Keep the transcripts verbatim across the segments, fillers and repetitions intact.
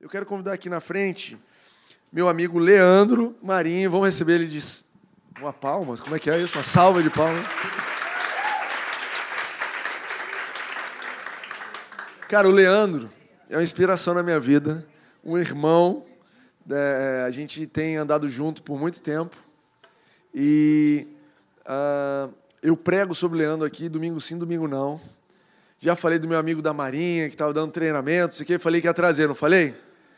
Eu quero convidar aqui na frente meu amigo Leandro Marinho. Vamos receber ele de uma palma. Como é que é isso? Uma salva de palmas. Cara, o Leandro é uma inspiração na minha vida. Um irmão. É, a gente tem andado junto por muito tempo. E uh, eu prego sobre o Leandro aqui, domingo sim, domingo não. Já falei do meu amigo da Marinha, que estava dando treinamento, isso aqui, falei que ia trazer, não falei?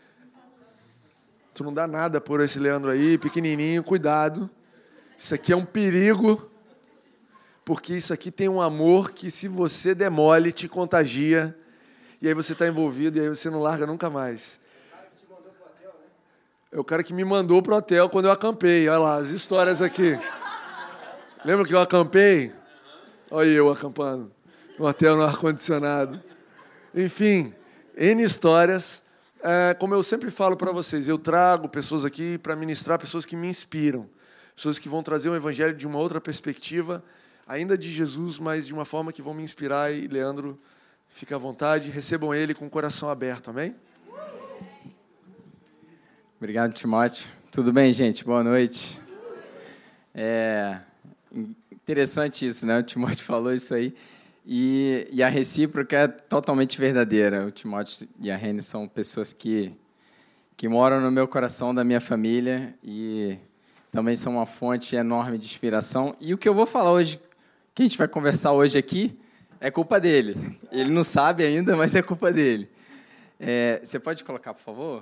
Tu não dá nada por esse Leandro aí, pequenininho, cuidado. Isso aqui é um perigo, porque isso aqui tem um amor que, se você demole, te contagia, e aí você está envolvido, e aí você não larga nunca mais. É o cara que me mandou para o hotel quando eu acampei. Olha lá, as histórias aqui. Lembra que eu acampei? Olha eu acampando. No hotel, no ar-condicionado. Enfim, N histórias. É, como eu sempre falo para vocês, eu trago pessoas aqui para ministrar, pessoas que me inspiram. Pessoas que vão trazer o evangelho de uma outra perspectiva, ainda de Jesus, mas de uma forma que vão me inspirar. E, Leandro, fica à vontade, recebam ele com o coração aberto, amém? Obrigado, Timóteo. Tudo bem, gente? Boa noite. É interessante isso, né? O Timóteo falou isso aí. E, e a recíproca é totalmente verdadeira. O Timóteo e a Rene são pessoas que, que moram no meu coração, da minha família, e também são uma fonte enorme de inspiração. E o que eu vou falar hoje, que a gente vai conversar hoje aqui, é culpa dele. Ele não sabe ainda, mas é culpa dele. É, você pode colocar, por favor?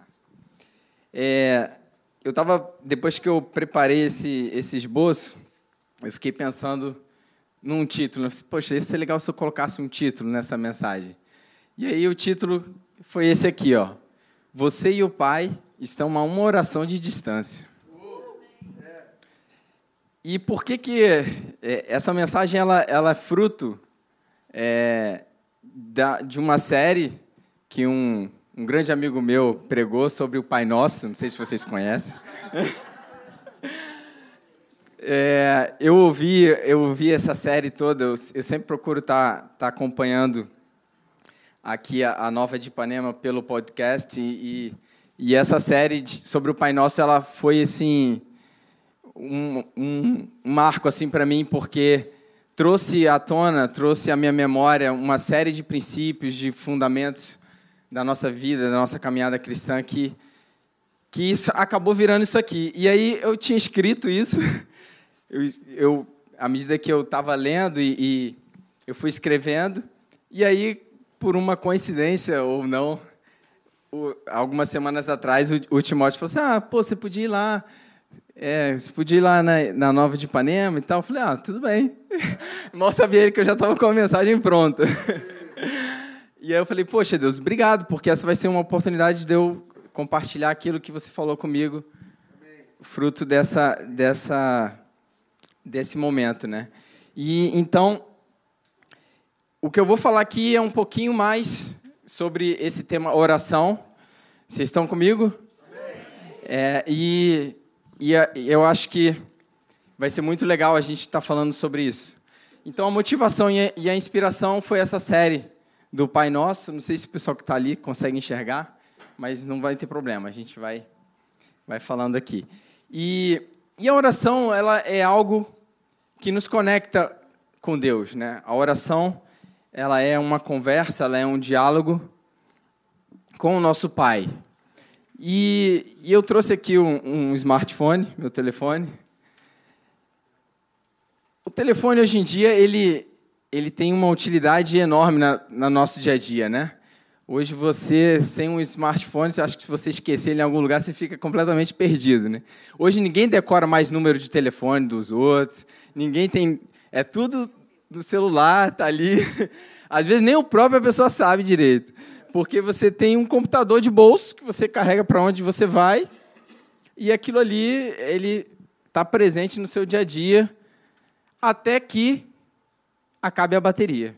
É, eu estava, depois que eu preparei esse, esse esboço, eu fiquei pensando num título. Eu falei, poxa, ia ser legal se eu colocasse um título nessa mensagem. E aí o título foi esse aqui, ó. Você e o Pai estão a uma oração de distância. E por que que essa mensagem ela, ela é fruto é, da, de uma série que um, um grande amigo meu pregou sobre o Pai Nosso, não sei se vocês conhecem. É, eu, ouvi, eu ouvi essa série toda, eu, eu sempre procuro estar tá, tá acompanhando aqui a, a Nova de Ipanema pelo podcast, e, e essa série de, sobre o Pai Nosso, ela foi assim, um, um marco assim, para mim, porque trouxe à tona, trouxe à minha memória uma série de princípios, de fundamentos da nossa vida, da nossa caminhada cristã, que, que isso acabou virando isso aqui. E aí eu tinha escrito isso... Eu, eu, à medida que eu estava lendo e, e eu fui escrevendo, e aí, por uma coincidência ou não, o, algumas semanas atrás, o, o Timóteo falou assim, ah, pô, você podia ir lá, é, você podia ir lá na, na Nova de Ipanema e tal. Eu falei, ah, tudo bem. Mal sabia ele que eu já estava com a mensagem pronta. E aí eu falei, poxa, Deus, obrigado, porque essa vai ser uma oportunidade de eu compartilhar aquilo que você falou comigo, fruto dessa... dessa desse momento, né? E então, o que eu vou falar aqui é um pouquinho mais sobre esse tema oração. Vocês estão comigo? É, e, e eu acho que vai ser muito legal a gente estar falando sobre isso. Então, a motivação e a inspiração foi essa série do Pai Nosso. Não sei se o pessoal que está ali consegue enxergar, mas não vai ter problema. A gente vai, vai falando aqui. E E a oração, ela é algo que nos conecta com Deus, né? A oração, ela é uma conversa, ela é um diálogo com o nosso Pai. E, e eu trouxe aqui um, um smartphone, meu telefone. O telefone, hoje em dia, ele, ele tem uma utilidade enorme na, no nosso dia a dia, né? Hoje, você, sem um smartphone, você acha que se você esquecer ele em algum lugar, você fica completamente perdido, né? Hoje, ninguém decora mais número de telefone dos outros, ninguém tem... É tudo do celular, tá ali. Às vezes, nem o próprio a pessoa sabe direito, porque você tem um computador de bolso que você carrega para onde você vai, e aquilo ali, ele está presente no seu dia a dia, até que acabe a bateria.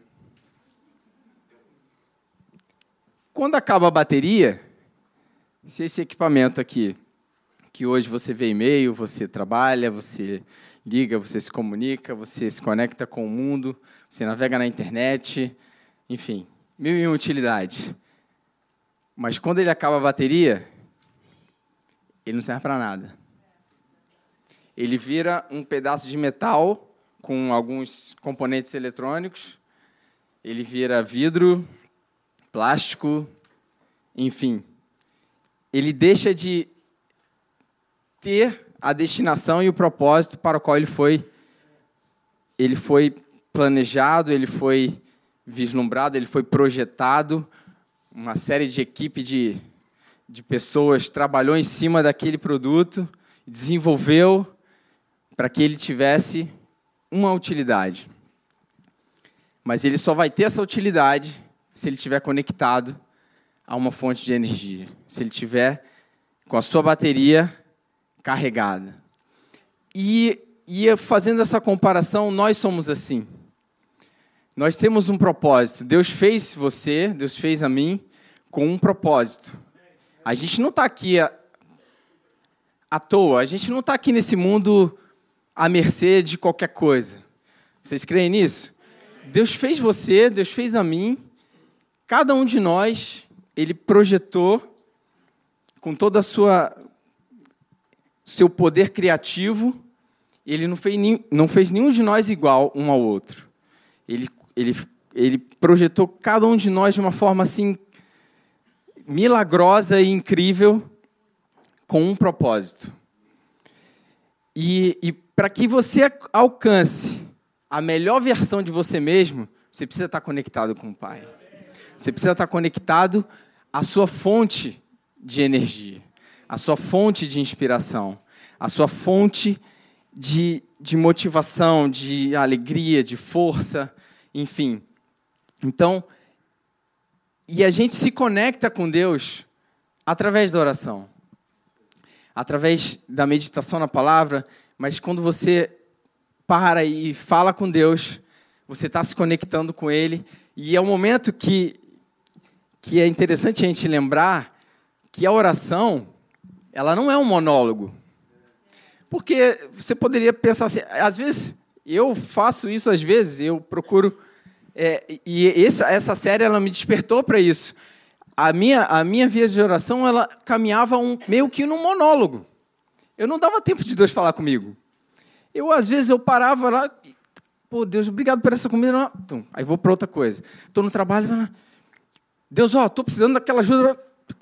Quando acaba a bateria, se esse equipamento aqui, que hoje você vê e-mail, você trabalha, você liga, você se comunica, você se conecta com o mundo, você navega na internet, enfim, mil e uma utilidades. Mas quando ele acaba a bateria, ele não serve para nada. Ele vira um pedaço de metal com alguns componentes eletrônicos, ele vira vidro, plástico, enfim. Ele deixa de ter a destinação e o propósito para o qual ele foi, ele foi planejado, ele foi vislumbrado, ele foi projetado. Uma série de equipe de, de pessoas trabalhou em cima daquele produto, desenvolveu para que ele tivesse uma utilidade. Mas ele só vai ter essa utilidade se ele estiver conectado a uma fonte de energia, se ele estiver com a sua bateria carregada. E, e fazendo essa comparação, nós somos assim. Nós temos um propósito. Deus fez você, Deus fez a mim, com um propósito. A gente não está aqui à, à toa, a gente não está aqui nesse mundo à mercê de qualquer coisa. Vocês creem nisso? Deus fez você, Deus fez a mim, cada um de nós, Ele projetou com toda a sua seu poder criativo, Ele não fez, não fez nenhum de nós igual um ao outro. Ele, ele, ele projetou cada um de nós de uma forma assim milagrosa e incrível, com um propósito. E, e para que você alcance a melhor versão de você mesmo, você precisa estar conectado com o Pai. Você precisa estar conectado à sua fonte de energia, à sua fonte de inspiração, à sua fonte de, de motivação, de alegria, de força, enfim. Então, e a gente se conecta com Deus através da oração, através da meditação na palavra, mas quando você para e fala com Deus, você está se conectando com Ele, e é um momento que, que é interessante a gente lembrar que a oração, ela não é um monólogo. Porque você poderia pensar assim, às vezes, eu faço isso às vezes, eu procuro, é, e essa, essa série ela me despertou para isso. A minha, a minha vida de oração, ela caminhava um, meio que num monólogo. Eu não dava tempo de Deus falar comigo. Eu, às vezes, eu parava lá, pô, Deus, obrigado por essa comida. Não. Aí vou para outra coisa. Estou no trabalho, Deus, ó, estou precisando daquela ajuda.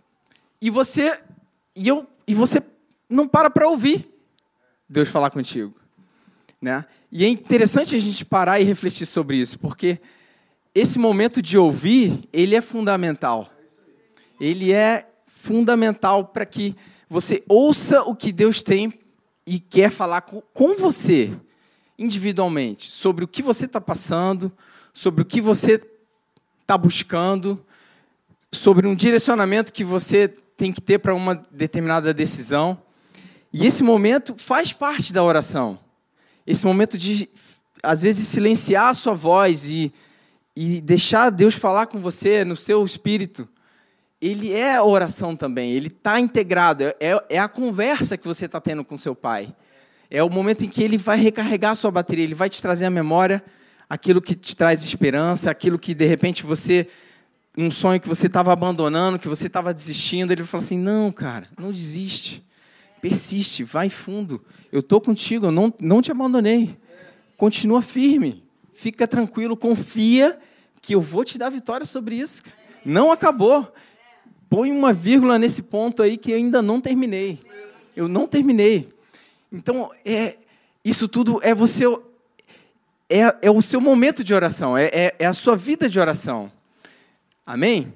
E você, e eu, e você não para para ouvir Deus falar contigo, né? E é interessante a gente parar e refletir sobre isso, porque esse momento de ouvir, ele é fundamental. Ele é fundamental para que você ouça o que Deus tem e quer falar com, com você, individualmente, sobre o que você está passando, sobre o que você está buscando, sobre um direcionamento que você tem que ter para uma determinada decisão. E esse momento faz parte da oração. Esse momento de, às vezes, silenciar a sua voz e, e deixar Deus falar com você no seu espírito, ele é a oração também, ele está integrado, é, é a conversa que você está tendo com seu Pai. É o momento em que ele vai recarregar a sua bateria, ele vai te trazer à memória aquilo que te traz esperança, aquilo que, de repente, você, um sonho que você estava abandonando, que você estava desistindo, ele vai falar assim, não, cara, não desiste, persiste, vai fundo, eu estou contigo, eu não, não te abandonei, continua firme, fica tranquilo, confia que eu vou te dar vitória sobre isso, não acabou. Põe uma vírgula nesse ponto aí que eu ainda não terminei. Eu não terminei. Então, é, isso tudo é você, é, é o seu momento de oração, é, é, é a sua vida de oração. Amém?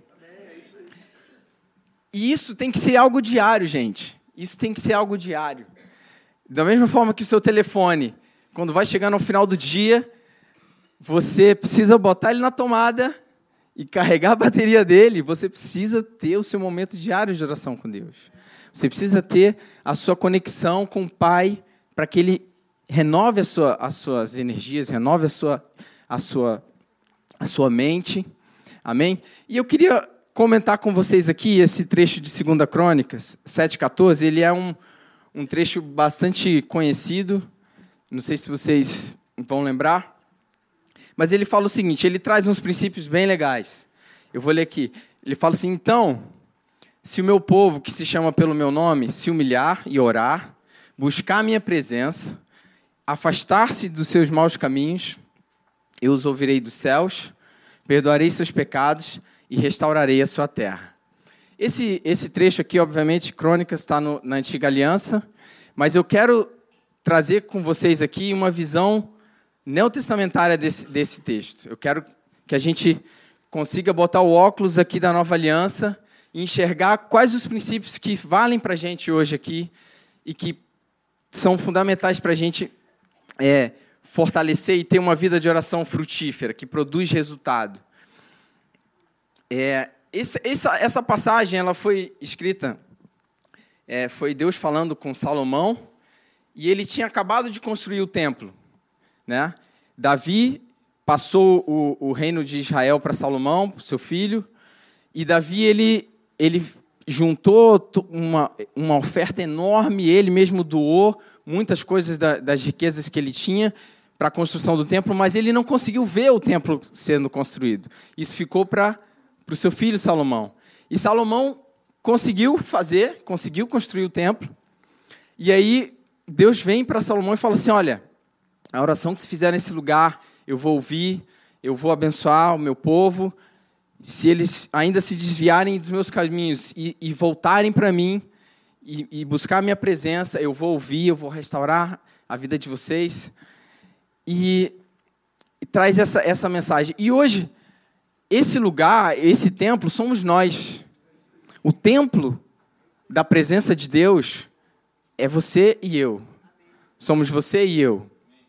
E isso tem que ser algo diário, gente. Isso tem que ser algo diário. Da mesma forma que o seu telefone, quando vai chegar no final do dia, você precisa botar ele na tomada e carregar a bateria dele, você precisa ter o seu momento diário de oração com Deus. Você precisa ter a sua conexão com o Pai para que Ele renove a sua, as suas energias, renove a sua, a, sua, a sua mente. Amém? E eu queria comentar com vocês aqui esse trecho de segunda Crônicas, sete, quatorze. Ele é um, um trecho bastante conhecido. Não sei se vocês vão lembrar. Mas ele fala o seguinte, ele traz uns princípios bem legais. Eu vou ler aqui. Ele fala assim, então, se o meu povo, que se chama pelo meu nome, se humilhar e orar, buscar a minha presença, afastar-se dos seus maus caminhos, eu os ouvirei dos céus, perdoarei seus pecados e restaurarei a sua terra. Esse, esse trecho aqui, obviamente, Crônicas, está no, na Antiga Aliança, mas eu quero trazer com vocês aqui uma visão neotestamentária desse, desse texto. Eu quero que a gente consiga botar o óculos aqui da Nova Aliança e enxergar quais os princípios que valem para a gente hoje aqui e que são fundamentais para a gente é, fortalecer e ter uma vida de oração frutífera, que produz resultado. É, essa, essa, essa passagem ela foi escrita, é, foi Deus falando com Salomão, e ele tinha acabado de construir o templo, né? Davi passou o, o reino de Israel para Salomão, seu filho, e Davi ele, ele juntou uma, uma oferta enorme, ele mesmo doou muitas coisas da, das riquezas que ele tinha para a construção do templo, mas ele não conseguiu ver o templo sendo construído. Isso ficou para o seu filho Salomão. E Salomão conseguiu fazer, conseguiu construir o templo, e aí Deus vem para Salomão e fala assim, olha, a oração que se fizer nesse lugar, eu vou ouvir, eu vou abençoar o meu povo, se eles ainda se desviarem dos meus caminhos e, e voltarem para mim e, e buscar a minha presença, eu vou ouvir, eu vou restaurar a vida de vocês. E, e traz essa, essa mensagem. E hoje, esse lugar, esse templo, somos nós. O templo da presença de Deus é você e eu. Somos você e eu.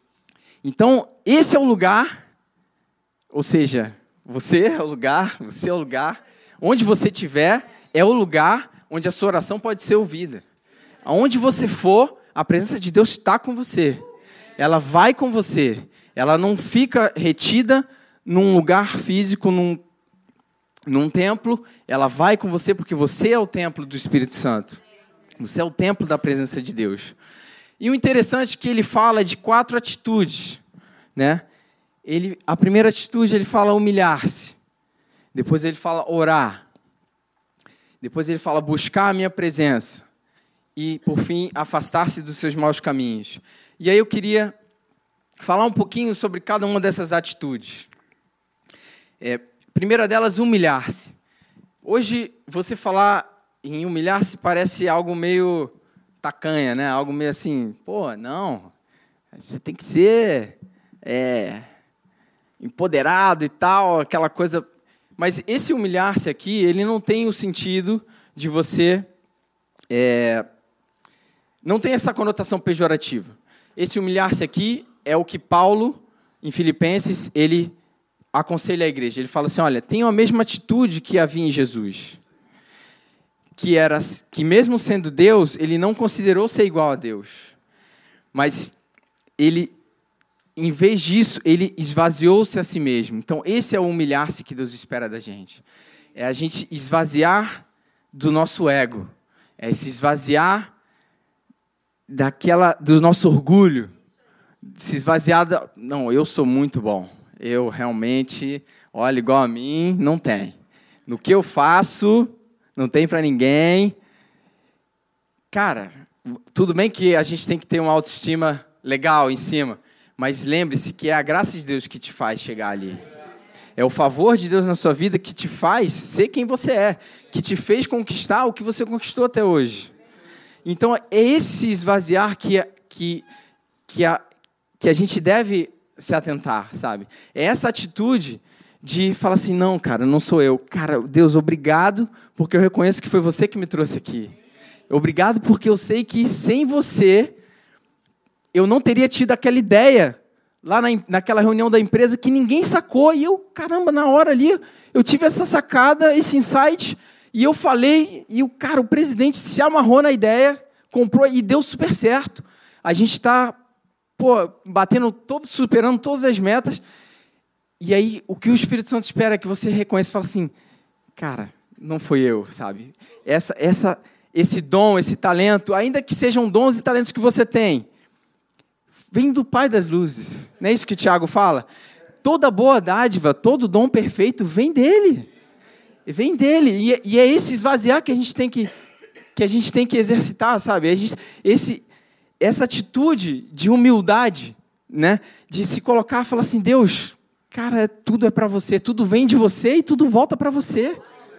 Então, esse é o lugar, ou seja, você é o lugar, você é o lugar, onde você estiver, é o lugar onde a sua oração pode ser ouvida. Aonde você for, a presença de Deus está com você. Ela vai com você. Ela não fica retida num lugar físico, num, num templo. Ela vai com você porque você é o templo do Espírito Santo. Você é o templo da presença de Deus. E o interessante é que ele fala de quatro atitudes, né? Ele, a primeira atitude, ele fala humilhar-se. Depois ele fala orar. Depois ele fala buscar a minha presença. E, por fim, afastar-se dos seus maus caminhos. E aí eu queria falar um pouquinho sobre cada uma dessas atitudes. É, a primeira delas, humilhar-se. Hoje, você falar em humilhar-se parece algo meio tacanha, né? Algo meio assim, pô, não, você tem que ser é, empoderado e tal, aquela coisa. Mas esse humilhar-se aqui, ele não tem o sentido de você... É, não tem essa conotação pejorativa. Esse humilhar-se aqui é o que Paulo, em Filipenses, ele aconselha a igreja. Ele fala assim, olha, tenham a mesma atitude que havia em Jesus. Que era que mesmo sendo Deus, ele não considerou ser igual a Deus. Mas ele, em vez disso, ele esvaziou-se a si mesmo. Então, esse é o humilhar-se que Deus espera da gente. É a gente esvaziar do nosso ego. É se esvaziar daquela, do nosso orgulho. Se esvaziar da... Não, eu sou muito bom. Eu realmente, olha, igual a mim, não tem. No que eu faço... Não tem para ninguém. Cara, tudo bem que a gente tem que ter uma autoestima legal em cima, mas lembre-se que é a graça de Deus que te faz chegar ali. É o favor de Deus na sua vida que te faz ser quem você é, que te fez conquistar o que você conquistou até hoje. Então, é esse esvaziar que, que, que, a, que a gente deve se atentar, sabe? É essa atitude... de falar assim, não, cara, não sou eu. Cara, Deus, obrigado, porque eu reconheço que foi você que me trouxe aqui. Obrigado porque eu sei que sem você, eu não teria tido aquela ideia lá na, naquela reunião da empresa que ninguém sacou. E eu, caramba, na hora ali, eu tive essa sacada, esse insight, e eu falei, e o cara, o presidente se amarrou na ideia, comprou e deu super certo. A gente está, pô, batendo todos, superando todas as metas. E aí, o que o Espírito Santo espera é que você reconheça e fale assim, cara, não foi eu, sabe? Essa, essa, esse dom, esse talento, ainda que sejam dons e talentos que você tem, vem do Pai das luzes. Não é isso que o Tiago fala? Toda boa dádiva, todo dom perfeito vem dele. Vem dele. E, e é esse esvaziar que a gente tem que, que, a gente tem que exercitar, sabe? A gente, esse, essa atitude de humildade, né? De se colocar e falar assim, Deus, cara, tudo é para você, tudo vem de você e tudo volta para você.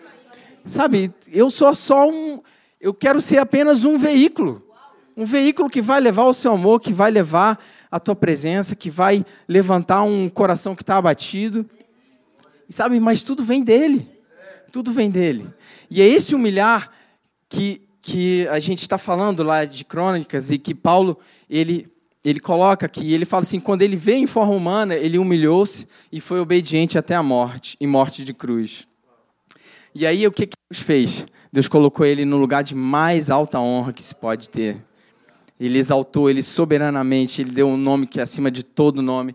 Sabe, eu sou só um... Eu quero ser apenas um veículo. Um veículo que vai levar o seu amor, que vai levar a tua presença, que vai levantar um coração que está abatido. Sabe, mas tudo vem dele. Tudo vem dele. E é esse humilhar que, que a gente está falando lá de Crônicas e que Paulo, ele, ele coloca aqui, ele fala assim, quando ele veio em forma humana, ele humilhou-se e foi obediente até a morte, e morte de cruz. E aí, o que, que Deus fez? Deus colocou ele no lugar de mais alta honra que se pode ter. Ele exaltou ele soberanamente, ele deu um nome que é acima de todo nome.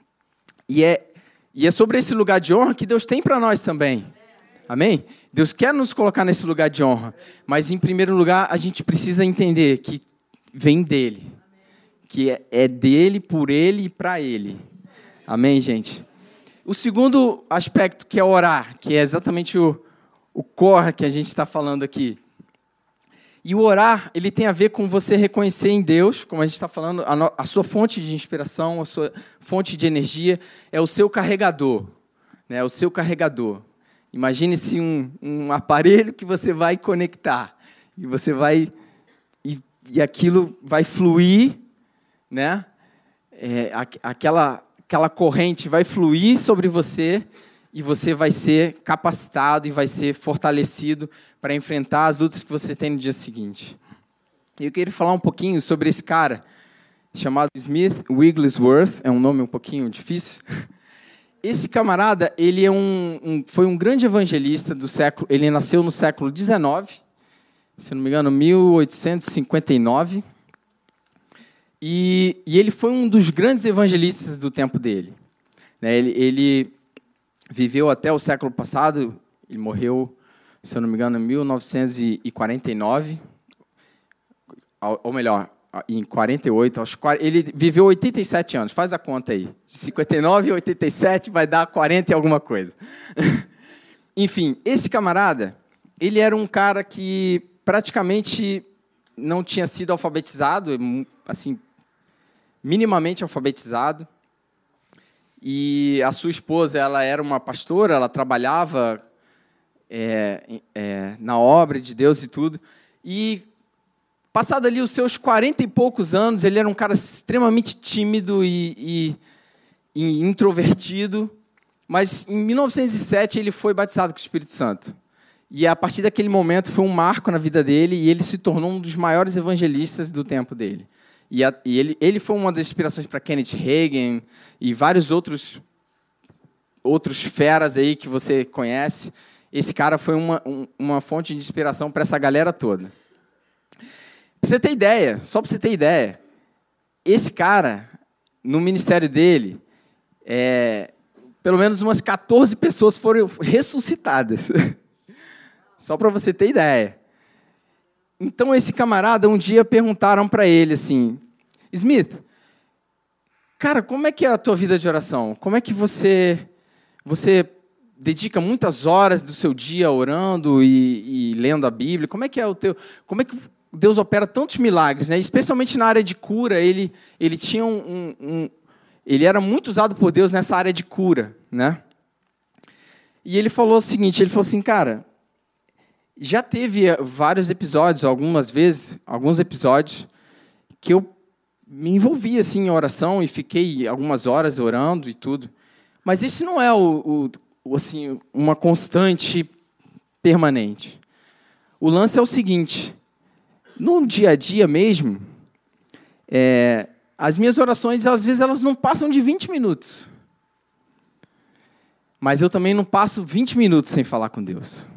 E é, e é sobre esse lugar de honra que Deus tem para nós também. Amém? Deus quer nos colocar nesse lugar de honra. Mas, em primeiro lugar, a gente precisa entender que vem dele. Que é, é dele, por ele e para ele. Amém, gente? O segundo aspecto, que é orar, que é exatamente o, o core que a gente está falando aqui. E o orar, ele tem a ver com você reconhecer em Deus, como a gente está falando, a, no, a sua fonte de inspiração, a sua fonte de energia, é o seu carregador. Né? O seu carregador. Imagine-se um, um aparelho que você vai conectar. E você vai... E, e aquilo vai fluir, né? É, aquela, aquela corrente vai fluir sobre você e você vai ser capacitado e vai ser fortalecido para enfrentar as lutas que você tem no dia seguinte. Eu queria falar um pouquinho sobre esse cara, chamado Smith Wigglesworth, é um nome um pouquinho difícil. Esse camarada, ele é um, um, foi um grande evangelista do século, ele nasceu no século dezenove, se não me engano, mil oitocentos e cinquenta e nove, e, e ele foi um dos grandes evangelistas do tempo dele. Ele, ele viveu até o século passado, ele morreu, se eu não me engano, em mil novecentos e quarenta e nove, ou melhor, em quarenta e oito, aos, ele viveu oitenta e sete anos, faz a conta aí, cinquenta e nove e oitenta e sete vai dar quarenta e alguma coisa. Enfim, esse camarada, ele era um cara que praticamente não tinha sido alfabetizado, assim, minimamente alfabetizado, e a sua esposa, ela era uma pastora, ela trabalhava é, é, na obra de Deus e tudo, e passado ali os seus quarenta e poucos anos, ele era um cara extremamente tímido e, e, e introvertido, mas em mil novecentos e sete ele foi batizado com o Espírito Santo. E a partir daquele momento foi um marco na vida dele e ele se tornou um dos maiores evangelistas do tempo dele. E, a, e ele, ele foi uma das inspirações para Kenneth Hagin e vários outros, outros feras aí que você conhece. Esse cara foi uma, um, uma fonte de inspiração para essa galera toda. Para você ter ideia, só para você ter ideia, esse cara, no ministério dele, é, pelo menos umas quatorze pessoas foram ressuscitadas. Só para você ter ideia. Então, esse camarada, um dia perguntaram para ele assim, Smith, cara, como é que é a tua vida de oração? Como é que você, você dedica muitas horas do seu dia orando e, e lendo a Bíblia? Como é que é o teu... Como é que Deus opera tantos milagres, né? Especialmente na área de cura, ele, ele tinha um, um, um... Ele era muito usado por Deus nessa área de cura, né? E ele falou o seguinte, ele falou assim, cara... Já teve vários episódios, algumas vezes, alguns episódios, que eu me envolvi assim, em oração e fiquei algumas horas orando e tudo. Mas esse não é o, o, assim, uma constante permanente. O lance é o seguinte, no dia a dia mesmo, é, as minhas orações, às vezes, elas não passam de vinte minutos. Mas eu também não passo vinte minutos sem falar com Deus.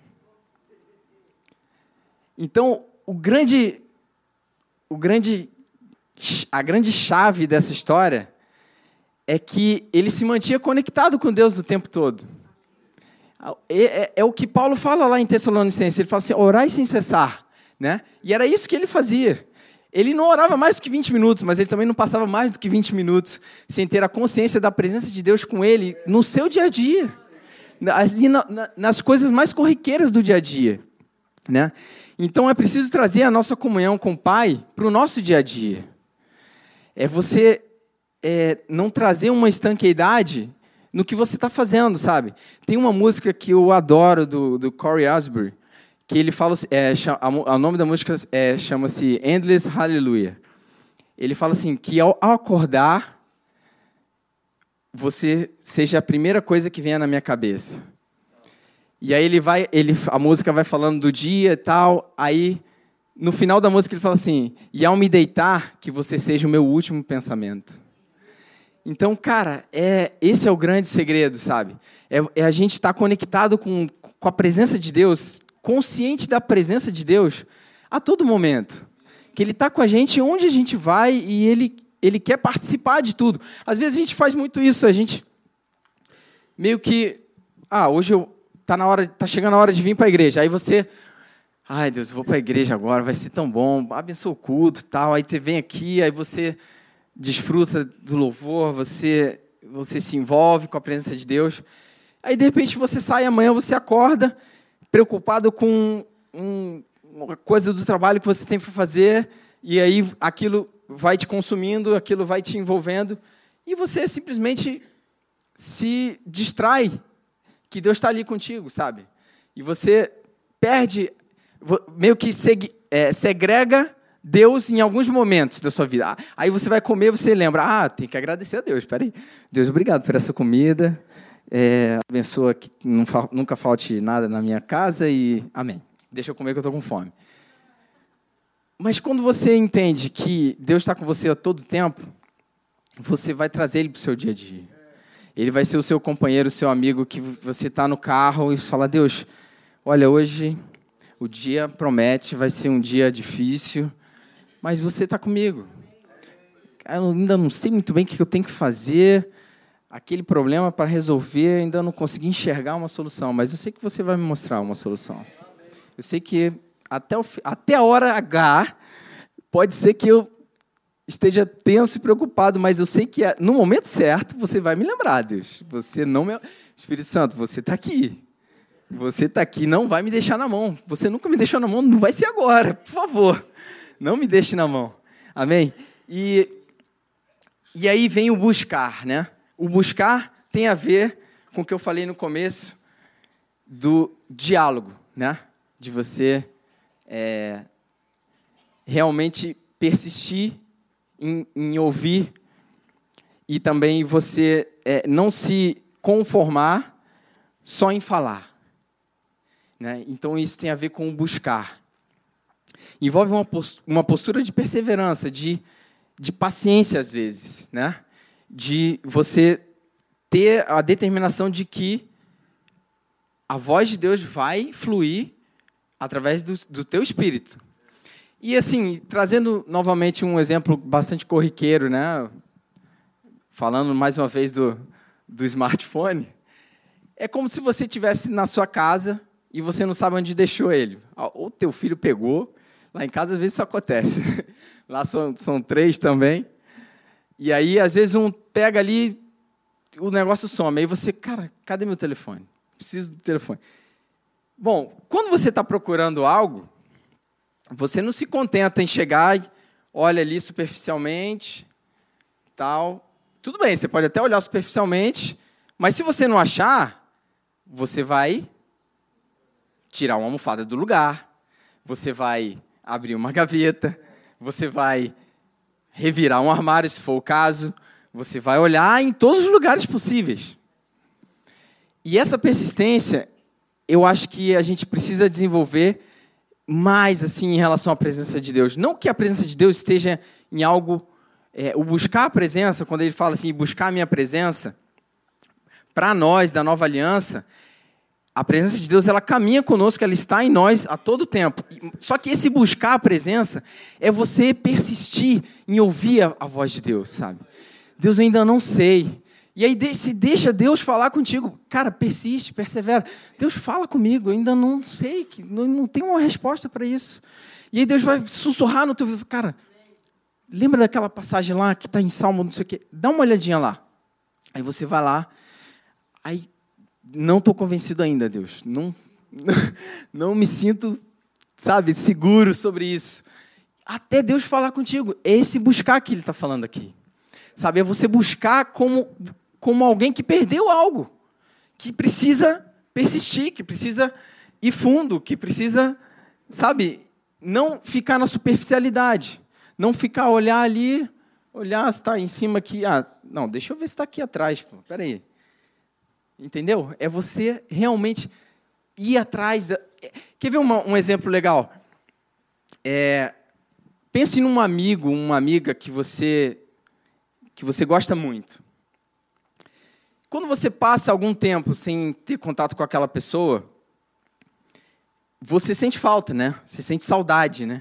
Então, o grande, o grande, a grande chave dessa história é que ele se mantinha conectado com Deus o tempo todo. É, é, é o que Paulo fala lá em Tessalonicenses. Ele fala assim, orai sem cessar. Né? E era isso que ele fazia. Ele não orava mais do que vinte minutos, mas ele também não passava mais do que vinte minutos sem ter a consciência da presença de Deus com ele no seu dia a dia. ali na, na, nas coisas mais corriqueiras do dia a dia, né? Então, é preciso trazer a nossa comunhão com o Pai para o nosso dia a dia. É você é, não trazer uma estanqueidade no que você está fazendo, sabe? Tem uma música que eu adoro, do, do Corey Asbury, que ele fala, é, o nome da música é, chama-se Endless Hallelujah. Ele fala assim, que ao, ao acordar, você seja a primeira coisa que venha na minha cabeça. E aí ele vai, ele, a música vai falando do dia e tal, aí no final da música ele fala assim, e ao me deitar, que você seja o meu último pensamento. Então, cara, é, esse é o grande segredo, sabe? É, é a gente estar conectado com, com a presença de Deus, consciente da presença de Deus a todo momento. Que Ele está com a gente onde a gente vai e Ele, ele quer participar de tudo. Às vezes a gente faz muito isso, a gente meio que, ah, hoje eu, tá, na hora, tá chegando a hora de vir para a igreja. Aí você, ai Deus, eu vou para a igreja agora, vai ser tão bom, abençoa o culto e tal. Aí você vem aqui, aí você desfruta do louvor, você, você se envolve com a presença de Deus. Aí, de repente, você sai amanhã, você acorda preocupado com um, uma coisa do trabalho que você tem para fazer, e aí aquilo vai te consumindo, aquilo vai te envolvendo, e você simplesmente se distrai que Deus está ali contigo, sabe? E você perde, meio que seg, é, segrega Deus em alguns momentos da sua vida. Aí você vai comer, você lembra, ah, tem que agradecer a Deus, espera aí. Deus, obrigado por essa comida, é, abençoa que não, nunca falte nada na minha casa e amém. Deixa eu comer que eu estou com fome. Mas quando você entende que Deus está com você a todo tempo, você vai trazer Ele para o seu dia a dia. Ele vai ser o seu companheiro, o seu amigo, que você está no carro e fala, Deus, olha, hoje o dia promete, vai ser um dia difícil, mas você está comigo. Eu ainda não sei muito bem o que eu tenho que fazer, aquele problema para resolver, ainda não consegui enxergar uma solução, mas eu sei que você vai me mostrar uma solução. Eu sei que até, o, até a hora H, pode ser que eu esteja tenso e preocupado, mas eu sei que no momento certo você vai me lembrar, Deus. Você não me... Espírito Santo, você está aqui. Você está aqui, não vai me deixar na mão. Você nunca me deixou na mão, não vai ser agora, por favor. Não me deixe na mão. Amém? E, e aí vem o buscar, né? O buscar tem a ver com o que eu falei no começo do diálogo, né? De você é, realmente persistir em, em ouvir e também você é, não se conformar só em falar. Né? Então, isso tem a ver com o buscar. Envolve uma postura de perseverança, de, de paciência, às vezes, né? De você ter a determinação de que a voz de Deus vai fluir através do, do teu espírito. E, assim, trazendo novamente um exemplo bastante corriqueiro, né? Falando mais uma vez do, do smartphone, é como se você estivesse na sua casa e você não sabe onde deixou ele. Ou teu filho pegou. Lá em casa, às vezes, isso acontece. Lá são, são três também. E aí, às vezes, um pega ali, o negócio some. Aí você, cara, cadê meu telefone? Preciso do telefone. Bom, quando você está procurando algo, você não se contenta em chegar e olha ali superficialmente, tal. Tudo bem, você pode até olhar superficialmente, mas se você não achar, você vai tirar uma almofada do lugar, você vai abrir uma gaveta, você vai revirar um armário, se for o caso, você vai olhar em todos os lugares possíveis. E essa persistência, eu acho que a gente precisa desenvolver mais assim em relação à presença de Deus. Não que a presença de Deus esteja em algo... É, o buscar a presença, quando ele fala assim, buscar a minha presença, para nós, da nova aliança, a presença de Deus, ela caminha conosco, ela está em nós a todo tempo. Só que esse buscar a presença é você persistir em ouvir a, a voz de Deus, sabe? Deus, eu ainda não sei. E aí, se deixa Deus falar contigo. Cara, persiste, persevera. Deus fala comigo, eu ainda não sei, que não, não tenho uma resposta para isso. E aí Deus vai sussurrar no teu ouvido. Cara, lembra daquela passagem lá que está em Salmo, não sei o quê? Dá uma olhadinha lá. Aí você vai lá, aí não estou convencido ainda, Deus. Não, não me sinto, sabe, seguro sobre isso. Até Deus falar contigo. É esse buscar que Ele está falando aqui. Sabe, é você buscar como, como alguém que perdeu algo. Que precisa persistir, que precisa ir fundo, que precisa, sabe, não ficar na superficialidade. Não ficar, olhar ali, olhar se está em cima aqui. Ah, não, deixa eu ver se está aqui atrás. Pô. Espera aí. Entendeu? É você realmente ir atrás. Da... Quer ver uma, um exemplo legal? É, pense num amigo, uma amiga que você, que você gosta muito. Quando você passa algum tempo sem ter contato com aquela pessoa, você sente falta, né? Você sente saudade, né?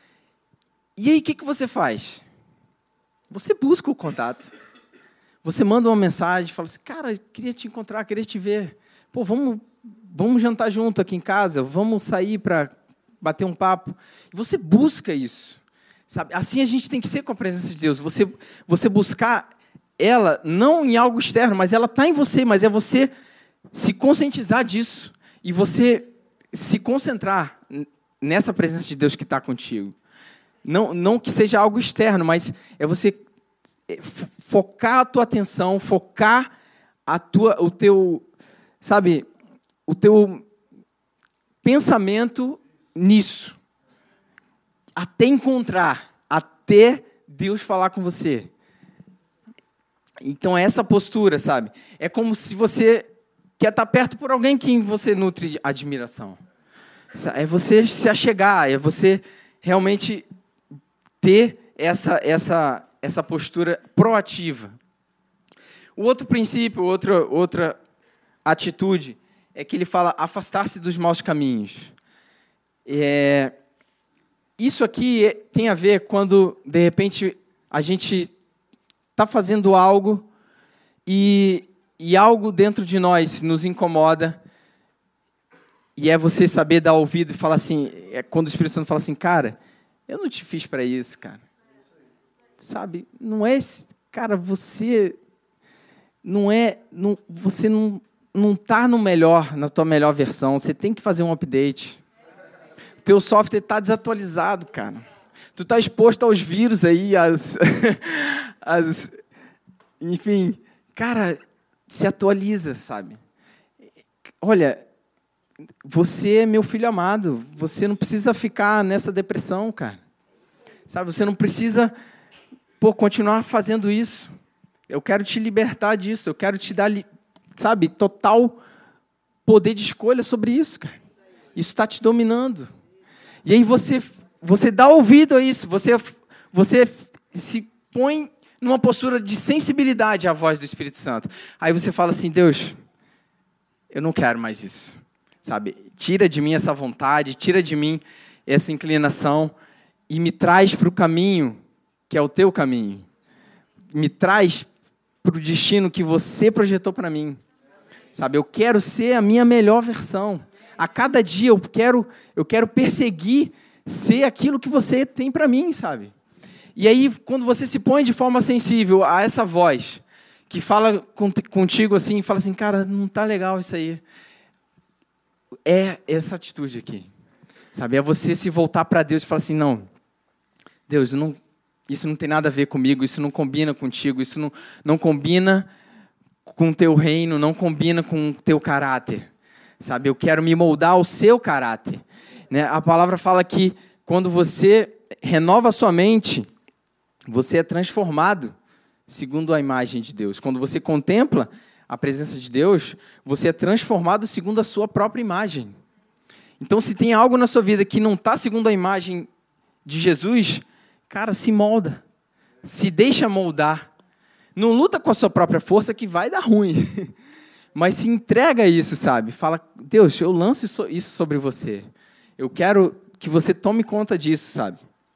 E aí, o que, que você faz? Você busca o contato. Você manda uma mensagem, fala assim, cara, queria te encontrar, queria te ver. Pô, vamos, vamos jantar junto aqui em casa, vamos sair para bater um papo. E você busca isso. Sabe? Assim a gente tem que ser com a presença de Deus. Você, você buscar ela, não em algo externo, mas ela está em você, mas é você se conscientizar disso e você se concentrar nessa presença de Deus que está contigo. Não, não que seja algo externo, mas é você focar a tua atenção, focar a tua, o teu, sabe, o teu pensamento nisso, até encontrar, até Deus falar com você. Então, é essa postura, sabe? É como se você quer estar perto por alguém que você nutre admiração. É você se achegar, é você realmente ter essa, essa, essa postura proativa. O outro princípio, outra, outra atitude, é que ele fala afastar-se dos maus caminhos. É, isso aqui tem a ver quando, de repente, a gente está fazendo algo e, e algo dentro de nós nos incomoda, e é você saber dar ouvido e falar assim, é quando o Espírito Santo fala assim, cara, eu não te fiz para isso, cara. Sabe, não é, cara, você não é, não, você não não está no melhor, na tua melhor versão, você tem que fazer um update. O teu software está desatualizado, cara. Tu está exposto aos vírus aí, às, às, enfim, cara, se atualiza, sabe? Olha, você é meu filho amado, você não precisa ficar nessa depressão, cara. Sabe, você não precisa, pô, continuar fazendo isso. Eu quero te libertar disso, eu quero te dar, sabe, total poder de escolha sobre isso, cara. Isso está te dominando. E aí você, você dá ouvido a isso, você, você se põe numa postura de sensibilidade à voz do Espírito Santo. Aí você fala assim, Deus, eu não quero mais isso. Sabe? Tira de mim essa vontade, tira de mim essa inclinação e me traz para o caminho que é o teu caminho. Me traz para o destino que você projetou para mim. Sabe? Eu quero ser a minha melhor versão. A cada dia eu quero, eu quero perseguir ser aquilo que você tem para mim, sabe? E aí, quando você se põe de forma sensível a essa voz que fala contigo assim, fala assim, cara, não está legal isso aí. É essa atitude aqui, sabe? É você se voltar para Deus e falar assim, não, Deus, não, isso não tem nada a ver comigo, isso não combina contigo, isso não, não combina com o teu reino, não combina com o teu caráter, sabe? Eu quero me moldar ao seu caráter, né? A palavra fala que quando você renova a sua mente, você é transformado segundo a imagem de Deus. Quando você contempla a presença de Deus, você é transformado segundo a sua própria imagem. Então, se tem algo na sua vida que não está segundo a imagem de Jesus, cara, se molda. Se deixa moldar. Não luta com a sua própria força que vai dar ruim. Mas se entrega a isso, sabe? Fala, Deus, eu lanço isso sobre você. Eu quero que você tome conta disso, sabe?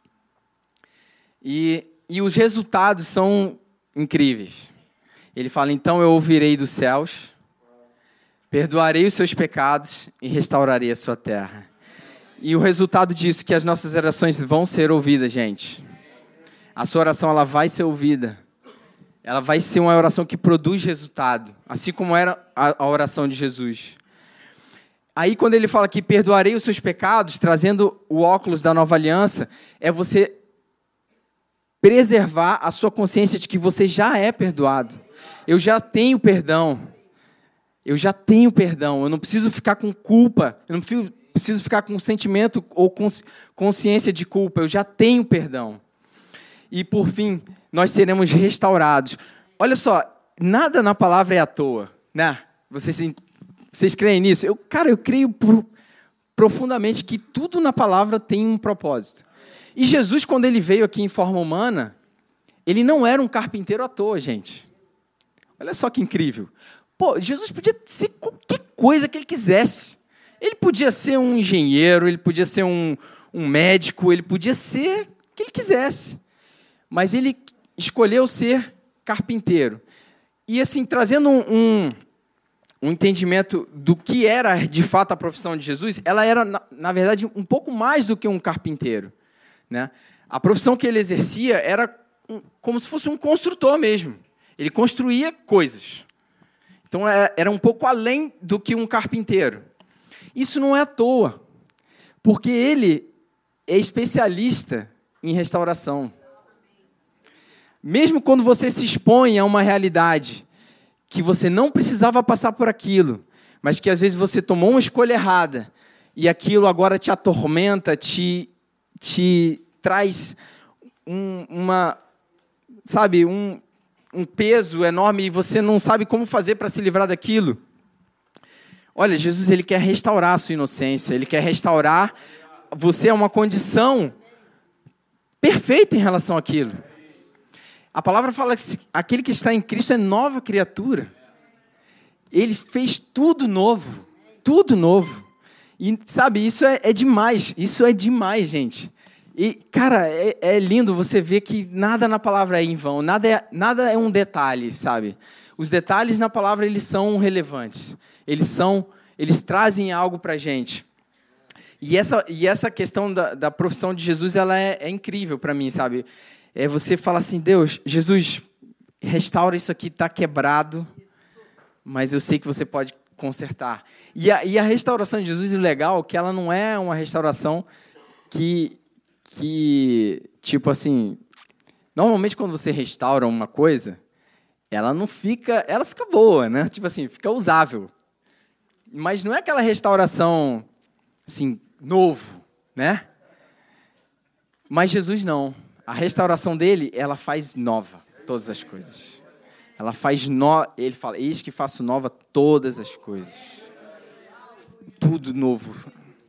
E, e os resultados são incríveis. Ele fala, então eu ouvirei dos céus, perdoarei os seus pecados e restaurarei a sua terra. E o resultado disso é que as nossas orações vão ser ouvidas, gente. A sua oração ela vai ser ouvida. Ela vai ser uma oração que produz resultado, assim como era a oração de Jesus. Aí, quando ele fala que perdoarei os seus pecados, trazendo o óculos da nova aliança, é você preservar a sua consciência de que você já é perdoado. Eu já tenho perdão. Eu já tenho perdão. Eu não preciso ficar com culpa. Eu não preciso ficar com sentimento ou consciência de culpa. Eu já tenho perdão. E, por fim, nós seremos restaurados. Olha só, nada na palavra é à toa, né? Vocês, vocês creem nisso? Eu, cara, eu creio profundamente que tudo na palavra tem um propósito. E Jesus, quando ele veio aqui em forma humana, ele não era um carpinteiro à toa, gente. Olha só que incrível. Pô, Jesus podia ser qualquer coisa que ele quisesse. Ele podia ser um engenheiro, ele podia ser um, um médico, ele podia ser o que ele quisesse. Mas ele escolheu ser carpinteiro. E, assim, trazendo um, um, um entendimento do que era, de fato, a profissão de Jesus, ela era, na, na verdade, um pouco mais do que um carpinteiro. Né? A profissão que ele exercia era um, como se fosse um construtor mesmo. Ele construía coisas. Então, era um pouco além do que um carpinteiro. Isso não é à toa, porque ele é especialista em restauração. Mesmo quando você se expõe a uma realidade que você não precisava passar por aquilo, mas que, às vezes, você tomou uma escolha errada e aquilo agora te atormenta, te, te traz um, uma, sabe, um... um peso enorme e você não sabe como fazer para se livrar daquilo. Olha, Jesus, ele quer restaurar a sua inocência, ele quer restaurar você a uma condição perfeita em relação àquilo. A palavra fala que aquele que está em Cristo é nova criatura. Ele fez tudo novo, tudo novo. E, sabe, isso é, é demais, isso é demais, gente. E, cara, é, é lindo você ver que nada na palavra é em vão, nada é, nada é um detalhe, sabe? Os detalhes na palavra, eles são relevantes, eles, são, eles trazem algo para a gente. E essa, e essa questão da, da profissão de Jesus, ela é, é incrível para mim, sabe? É você falar assim, Deus, Jesus, restaura isso aqui, está quebrado, mas eu sei que você pode consertar. E a, e a restauração de Jesus, o legal é que ela não é uma restauração que... que, tipo assim, normalmente quando você restaura uma coisa, ela não fica, ela fica boa, né? Tipo assim, fica usável. Mas não é aquela restauração, assim, novo, né? Mas Jesus não. A restauração dele, ela faz nova todas as coisas. Ela faz no, ele fala, eis que faço nova todas as coisas. Tudo novo.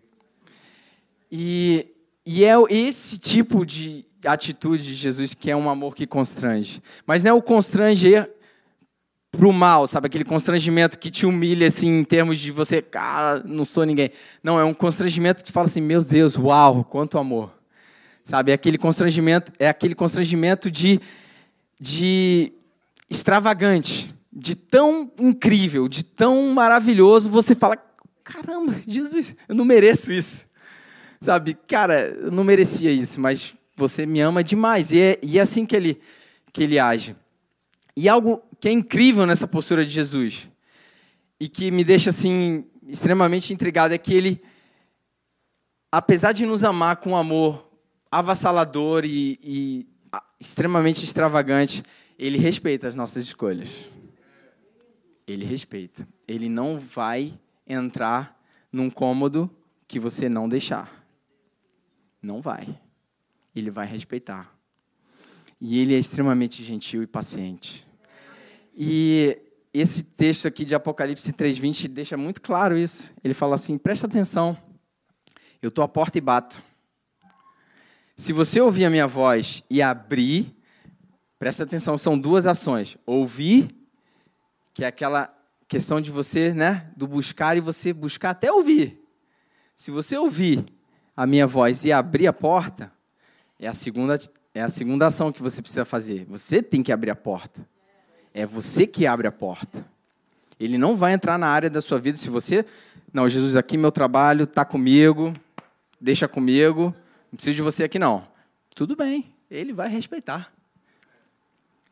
E E é esse tipo de atitude de Jesus que é um amor que constrange. Mas não é o constranger para o mal, sabe? Aquele constrangimento que te humilha, assim, em termos de você, ah, não sou ninguém. Não, é um constrangimento que te fala assim, meu Deus, uau, quanto amor. Sabe? É aquele constrangimento, é aquele constrangimento de, de extravagante, de tão incrível, de tão maravilhoso, você fala, caramba, Jesus, eu não mereço isso. Sabe, cara, eu não merecia isso, mas você me ama demais. E é, e é assim que ele, que ele age. E algo que é incrível nessa postura de Jesus, e que me deixa assim extremamente intrigado, é que ele, apesar de nos amar com um amor avassalador e, e extremamente extravagante, ele respeita as nossas escolhas. Ele respeita. Ele não vai entrar num cômodo que você não deixar. Não vai. Ele vai respeitar. E ele é extremamente gentil e paciente. E esse texto aqui de Apocalipse três, vinte deixa muito claro isso. Ele fala assim, presta atenção, eu estou à porta e bato. Se você ouvir a minha voz e abrir, presta atenção, são duas ações. Ouvir, que é aquela questão de você, né, do buscar e você buscar até ouvir. Se você ouvir a minha voz e abrir a porta, é a segunda, é a segunda ação que você precisa fazer. Você tem que abrir a porta. É você que abre a porta. Ele não vai entrar na área da sua vida se você... Não, Jesus, aqui meu trabalho, está comigo, deixa comigo, não preciso de você aqui não. Tudo bem, ele vai respeitar.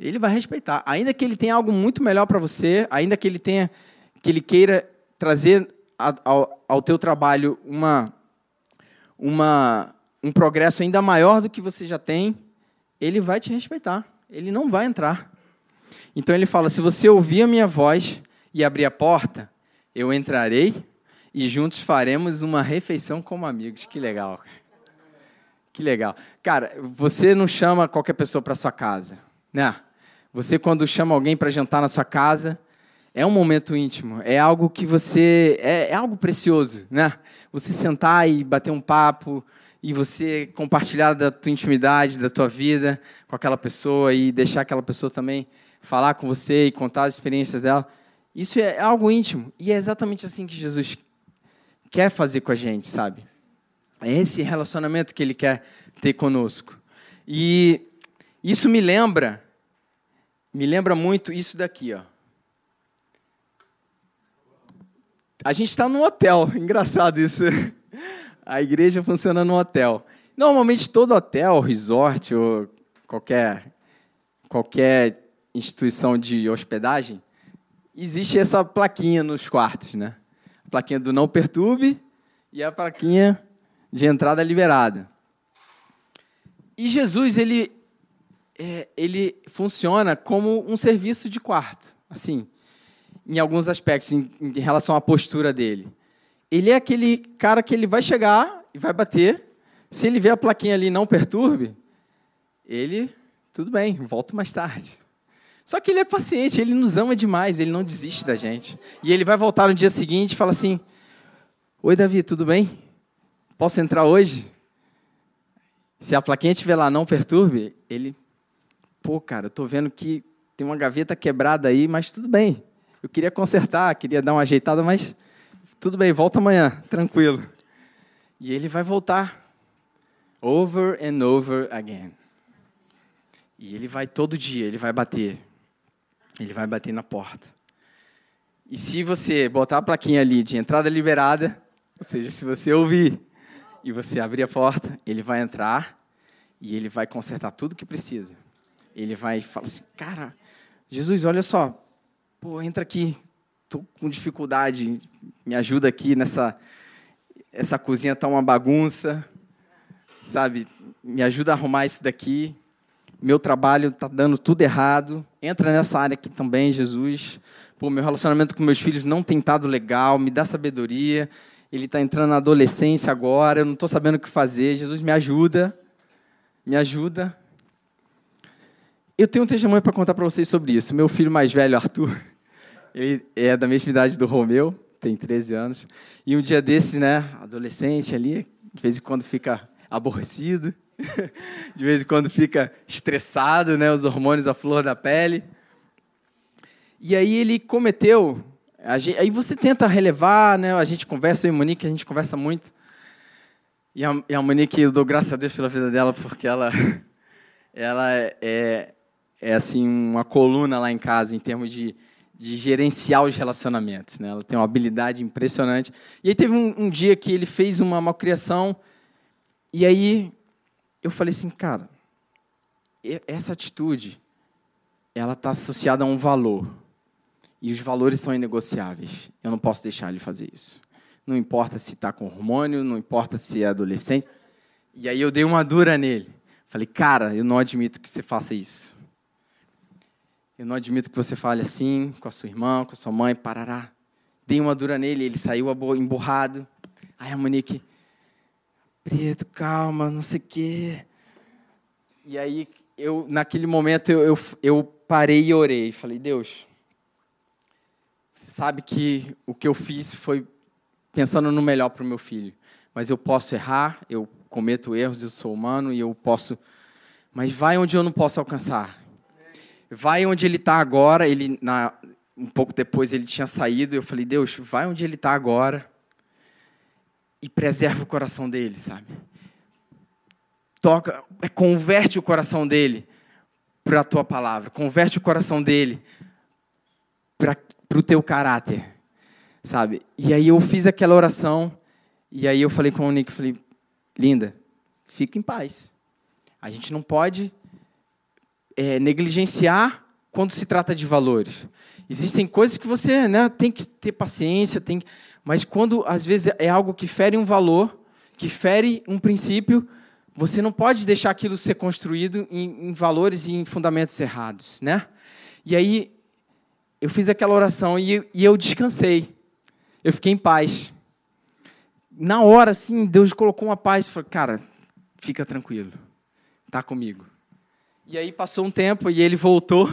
ele vai respeitar. Ainda que ele tenha algo muito melhor para você, ainda que ele tenha, que ele queira trazer a, ao, ao teu trabalho uma, uma, um progresso ainda maior do que você já tem, ele vai te respeitar. Ele não vai entrar. Então ele fala, se você ouvir a minha voz e abrir a porta, eu entrarei e juntos faremos uma refeição como amigos. Que legal. Que legal. Cara, você não chama qualquer pessoa para sua casa, né? Você, quando chama alguém para jantar na sua casa, é um momento íntimo, é algo que você... É, é algo precioso, né? Você sentar e bater um papo e você compartilhar da tua intimidade, da tua vida com aquela pessoa e deixar aquela pessoa também falar com você e contar as experiências dela. Isso é algo íntimo. E é exatamente assim que Jesus quer fazer com a gente, sabe? É esse relacionamento que Ele quer ter conosco. E isso me lembra, me lembra muito isso daqui, ó. A gente está num hotel, engraçado isso. A igreja funciona num hotel. Normalmente todo hotel, resort ou qualquer, qualquer instituição de hospedagem, existe essa plaquinha nos quartos, né? A plaquinha do não perturbe e a plaquinha de entrada liberada. E Jesus, ele, é, ele funciona como um serviço de quarto, assim, em alguns aspectos, em, em relação à postura dele. Ele é aquele cara que ele vai chegar e vai bater. Se ele vê a plaquinha ali, não perturbe, ele, tudo bem, volto mais tarde. Só que ele é paciente, ele nos ama demais, ele não desiste da gente. E ele vai voltar no dia seguinte e fala assim, oi, Davi, tudo bem? Posso entrar hoje? Se a plaquinha estiver lá, não perturbe, ele, pô, cara, eu tô vendo que tem uma gaveta quebrada aí, mas tudo bem. Eu queria consertar, queria dar uma ajeitada, mas tudo bem, volta amanhã, tranquilo. E ele vai voltar, over and over again. E ele vai todo dia, ele vai bater. Ele vai bater na porta. E se você botar a plaquinha ali de entrada liberada, ou seja, se você ouvir e você abrir a porta, ele vai entrar e ele vai consertar tudo que precisa. Ele vai falar assim, cara, Jesus, olha só, pô, entra aqui, estou com dificuldade, me ajuda aqui nessa... Essa cozinha está uma bagunça, sabe? Me ajuda a arrumar isso daqui. Meu trabalho está dando tudo errado. Entra nessa área aqui também, Jesus. Pô, meu relacionamento com meus filhos não tem estado legal, me dá sabedoria. Ele está entrando na adolescência agora, eu não estou sabendo o que fazer. Jesus, me ajuda. Me ajuda. Eu tenho um testemunho para contar para vocês sobre isso. Meu filho mais velho, Arthur, ele é da mesma idade do Romeu, tem treze anos. E um dia desses, né, adolescente ali, de vez em quando fica aborrecido, de vez em quando fica estressado, né, os hormônios à flor da pele. E aí ele cometeu... A gente, aí você tenta relevar, né, a gente conversa, eu e a Monique, a gente conversa muito. E a, e a Monique, eu dou graças a Deus pela vida dela, porque ela, ela é, é assim, uma coluna lá em casa, em termos de... de gerenciar os relacionamentos, né? Ela tem uma habilidade impressionante. E aí teve um, um dia que ele fez uma malcriação, e aí eu falei assim, cara, essa atitude, ela está associada a um valor, e os valores são inegociáveis. Eu não posso deixar ele fazer isso. Não importa se está com hormônio, não importa se é adolescente. E aí eu dei uma dura nele. Falei, cara, eu não admito que você faça isso. Eu não admito que você fale assim com a sua irmã, com a sua mãe, parará. Dei uma dura nele, ele saiu emburrado. Aí a Monique, Preto, calma, não sei o quê. E aí, eu, naquele momento, eu, eu, eu parei e orei. Falei, Deus, você sabe que o que eu fiz foi pensando no melhor para o meu filho. Mas eu posso errar, eu cometo erros, eu sou humano e eu posso... Mas vai onde eu não posso alcançar. Vai onde ele está agora, ele, na, um pouco depois ele tinha saído, eu falei, Deus, vai onde ele está agora e preserva o coração dele, sabe? Toca, converte o coração dele para a tua palavra, converte o coração dele para o teu caráter, sabe? E aí eu fiz aquela oração, e aí eu falei com a Nick, falei, linda, fica em paz. A gente não pode... é, negligenciar quando se trata de valores. Existem coisas que você, né, tem que ter paciência, tem que... mas quando, às vezes, é algo que fere um valor, que fere um princípio, você não pode deixar aquilo ser construído em, em valores e em fundamentos errados, né? E aí, eu fiz aquela oração e, e eu descansei. Eu fiquei em paz. Na hora, assim, Deus colocou uma paz. Falei, cara, fica tranquilo. Está comigo. E aí passou um tempo e ele voltou.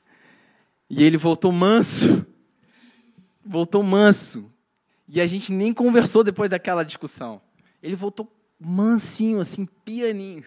E ele voltou manso. Voltou manso. E a gente nem conversou depois daquela discussão. Ele voltou mansinho, assim, pianinho.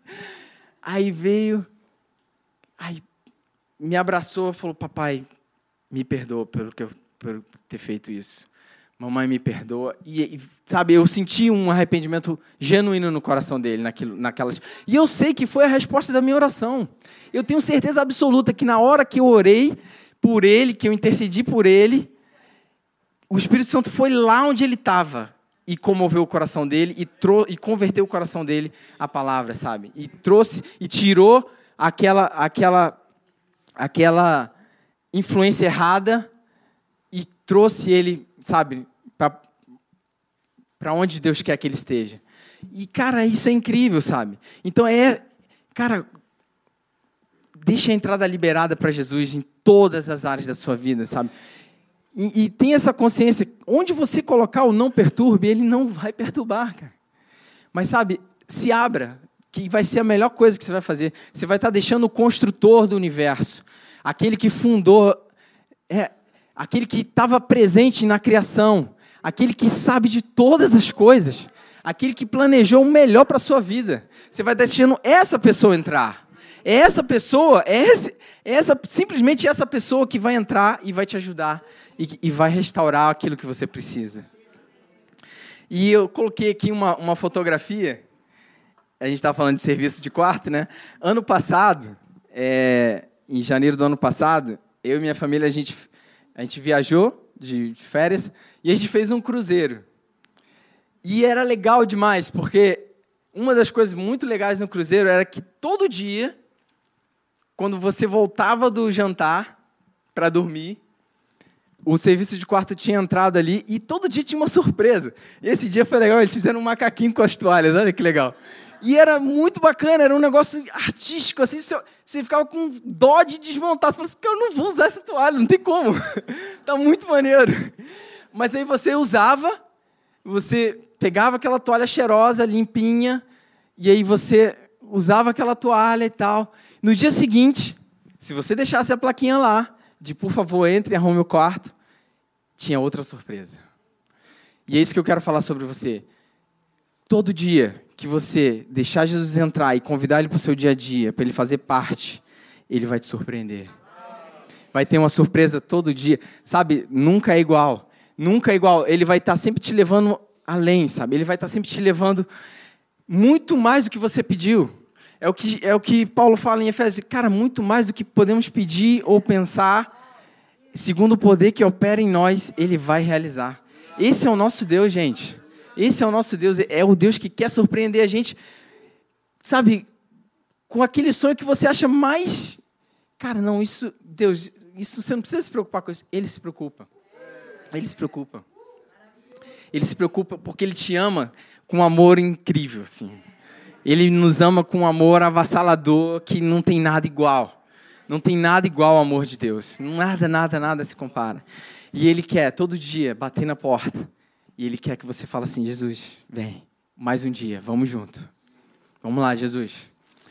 Aí veio, aí me abraçou e falou, papai, me perdoa pelo que eu, por ter feito isso. Mamãe, me perdoa. E, e, sabe, eu senti um arrependimento genuíno no coração dele, naquilo, naquelas... E eu sei que foi a resposta da minha oração. Eu tenho certeza absoluta que na hora que eu orei por ele, que eu intercedi por ele, o Espírito Santo foi lá onde ele estava e comoveu o coração dele e, trou- e converteu o coração dele à palavra, sabe? E trouxe, e tirou aquela, aquela, aquela influência errada e trouxe ele, sabe, para onde Deus quer que ele esteja. E, cara, isso é incrível, sabe? Então, é, cara, deixa a entrada liberada para Jesus em todas as áreas da sua vida, sabe? E, e tem essa consciência, onde você colocar o não perturbe, ele não vai perturbar, cara. Mas, sabe, se abra, que vai ser a melhor coisa que você vai fazer. Você vai estar deixando o construtor do universo, aquele que fundou, é, aquele que estava presente na criação, aquele que sabe de todas as coisas, aquele que planejou o melhor para a sua vida. Você vai deixando essa pessoa entrar. É essa pessoa, é, esse, é essa, simplesmente essa pessoa que vai entrar e vai te ajudar e, e vai restaurar aquilo que você precisa. E eu coloquei aqui uma, uma fotografia, a gente estava falando de serviço de quarto, né? Ano passado, é, em janeiro do ano passado, eu e minha família, a gente... A gente viajou de, de férias e a gente fez um cruzeiro. E era legal demais, porque uma das coisas muito legais no cruzeiro era que todo dia, quando você voltava do jantar para dormir, o serviço de quarto tinha entrado ali e todo dia tinha uma surpresa. E esse dia foi legal, eles fizeram um macaquinho com as toalhas, olha que legal. E era muito bacana, era um negócio artístico, assim, você ficava com dó de desmontar. Você falava assim, eu não vou usar essa toalha, não tem como. Tá muito maneiro. Mas aí você usava, você pegava aquela toalha cheirosa, limpinha, e aí você usava aquela toalha e tal. No dia seguinte, se você deixasse a plaquinha lá, de por favor, entre e arrume o quarto, tinha outra surpresa. E é isso que eu quero falar sobre você. Todo dia que você deixar Jesus entrar e convidar ele para o seu dia a dia, para ele fazer parte, ele vai te surpreender. Vai ter uma surpresa todo dia. Sabe, nunca é igual. Nunca é igual. Ele vai estar sempre te levando além, sabe? Ele vai estar sempre te levando muito mais do que você pediu. É o que, é o que Paulo fala em Efésios. Cara, muito mais do que podemos pedir ou pensar, segundo o poder que opera em nós, ele vai realizar. Esse é o nosso Deus, gente. Esse é o nosso Deus, é o Deus que quer surpreender a gente, sabe, com aquele sonho que você acha mais... Cara, não, isso, Deus, isso você não precisa se preocupar com isso. Ele se preocupa. Ele se preocupa. Ele se preocupa porque Ele te ama com um amor incrível, assim. Ele nos ama com um amor avassalador que não tem nada igual. Não tem nada igual ao amor de Deus. Nada, nada, nada se compara. E Ele quer, todo dia, bater na porta. E Ele quer que você fale assim, Jesus, vem, mais um dia, vamos junto. Vamos lá, Jesus.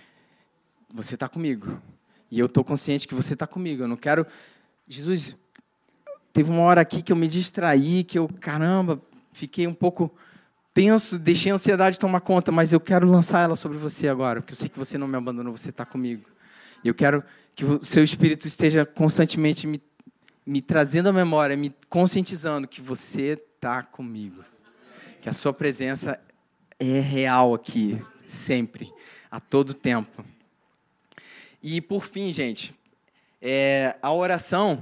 Você está comigo. E eu estou consciente que você está comigo. Eu não quero... Jesus, teve uma hora aqui que eu me distraí, que eu, caramba, fiquei um pouco tenso, deixei a ansiedade tomar conta, mas eu quero lançar ela sobre você agora, porque eu sei que você não me abandonou, você está comigo. E eu quero que o seu Espírito esteja constantemente me, me trazendo à memória, me conscientizando que você está comigo. Que a sua presença é real aqui, sempre, a todo tempo. E, por fim, gente, é, a oração,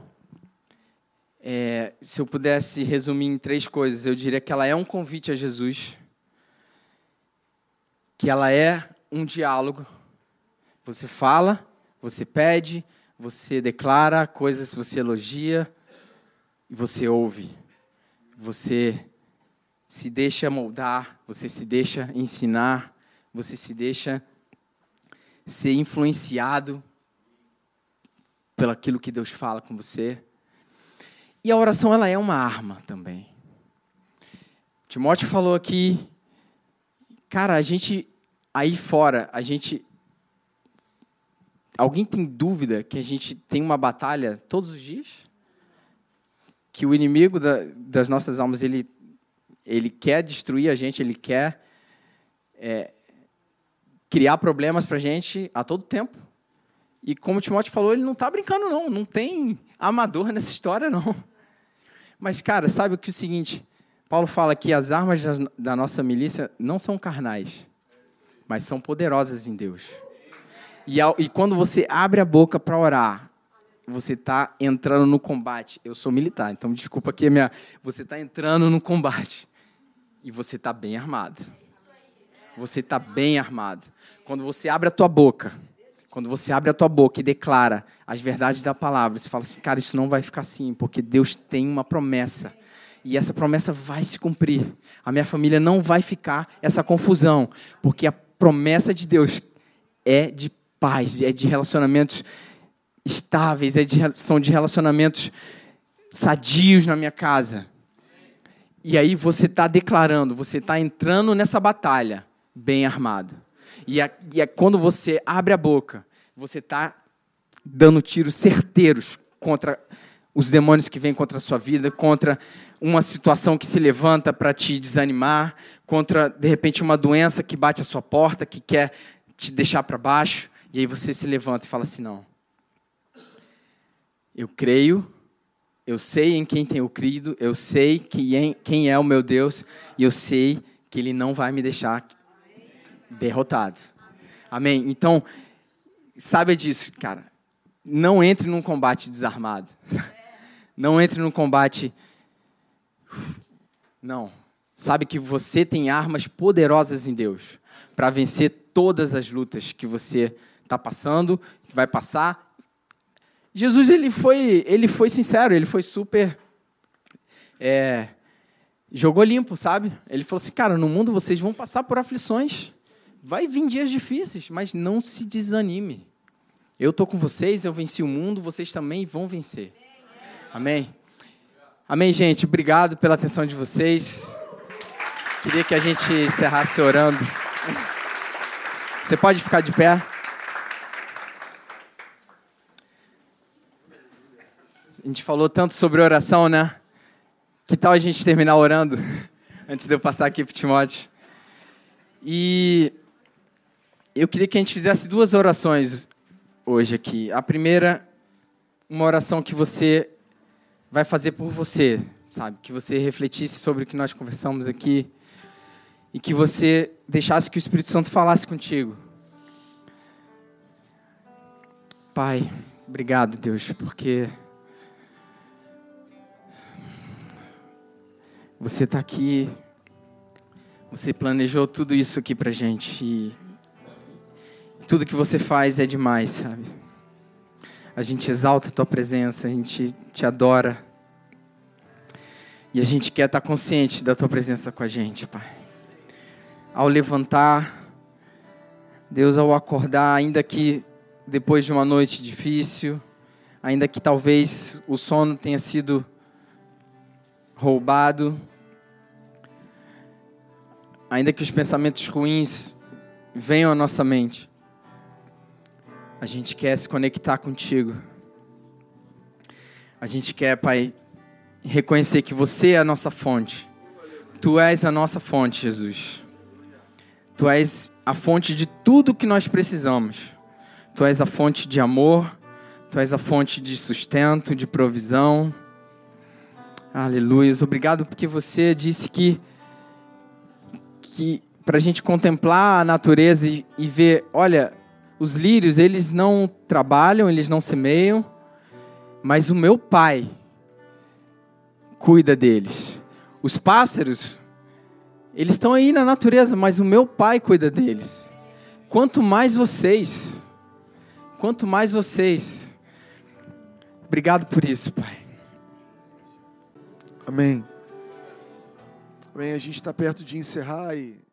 é, se eu pudesse resumir em três coisas, eu diria que ela é um convite a Jesus, que ela é um diálogo. Você fala, Você pede, você declara coisas, você elogia e você ouve. Você se deixa moldar, você se deixa ensinar, você se deixa ser influenciado pelo aquilo que Deus fala com você. E a oração, ela é uma arma também. Timóteo falou aqui, cara, a gente, aí fora, a gente... Alguém tem dúvida que a gente tem uma batalha todos os dias? Que o inimigo da, das nossas almas, ele, ele quer destruir a gente, ele quer é, criar problemas para a gente a todo tempo. E como o Timóteo falou, ele não está brincando, não. Não tem amador nessa história, não. Mas, cara, sabe o que é o seguinte? Paulo fala que as armas da nossa milícia não são carnais, mas são poderosas em Deus. E, ao, e quando você abre a boca para orar, você está entrando no combate. Eu sou militar, então desculpa aqui a minha... Você está entrando no combate. E você está bem armado. Você está bem armado. Quando você abre a tua boca... Quando você abre a tua boca e declara as verdades da palavra, você fala assim, cara, isso não vai ficar assim, porque Deus tem uma promessa. E essa promessa vai se cumprir. A minha família não vai ficar essa confusão, porque a promessa de Deus é de paz, é de relacionamentos estáveis, é de, são de relacionamentos sadios na minha casa. E aí você está declarando, você está entrando nessa batalha bem armado. E, a, e a, quando você abre a boca, você está dando tiros certeiros contra os demônios que vêm contra a sua vida, contra uma situação que se levanta para te desanimar, contra, de repente, uma doença que bate à sua porta, que quer te deixar para baixo. E aí você se levanta e fala assim, não. Eu creio, eu sei em quem tenho crido, eu sei quem, quem é o meu Deus, e eu sei que Ele não vai me deixar derrotado. Amém? Então, saiba disso, cara. Não entre num combate desarmado. Não entre num combate... Não. Sabe que você tem armas poderosas em Deus para vencer todas as lutas que você está passando, que vai passar. Jesus, ele foi, ele foi sincero, ele foi super... É, jogou limpo, sabe? Ele falou assim, cara, no mundo vocês vão passar por aflições. Vai vir dias difíceis, mas não se desanime. Eu estou com vocês, eu venci o mundo, vocês também vão vencer. Amém? Amém, gente? Obrigado pela atenção de vocês. Queria que a gente encerrasse orando. Você pode ficar de pé? A gente falou tanto sobre oração, né? Que tal a gente terminar orando? Antes de eu passar aqui para o Timóteo. E... eu queria que a gente fizesse duas orações hoje aqui. A primeira, uma oração que você vai fazer por você, sabe? Que você refletisse sobre o que nós conversamos aqui e que você deixasse que o Espírito Santo falasse contigo. Pai, obrigado, Deus, porque você está aqui, você planejou tudo isso aqui pra gente e tudo que você faz é demais, sabe? A gente exalta a tua presença, a gente te adora. E a gente quer estar consciente da tua presença com a gente, Pai. Ao levantar, Deus, ao acordar, ainda que depois de uma noite difícil, ainda que talvez o sono tenha sido roubado, ainda que os pensamentos ruins venham à nossa mente, a gente quer se conectar contigo. A gente quer, Pai, reconhecer que você é a nossa fonte. Tu és a nossa fonte, Jesus. Tu és a fonte de tudo que nós precisamos. Tu és a fonte de amor. Tu és a fonte de sustento, de provisão. Aleluia. Obrigado porque você disse que, que para a gente contemplar a natureza e, e ver, olha... Os lírios, eles não trabalham, eles não semeiam, mas o meu Pai cuida deles. Os pássaros, eles estão aí na natureza, mas o meu Pai cuida deles. Quanto mais vocês, quanto mais vocês. Obrigado por isso, Pai. Amém. Amém. A gente está perto de encerrar e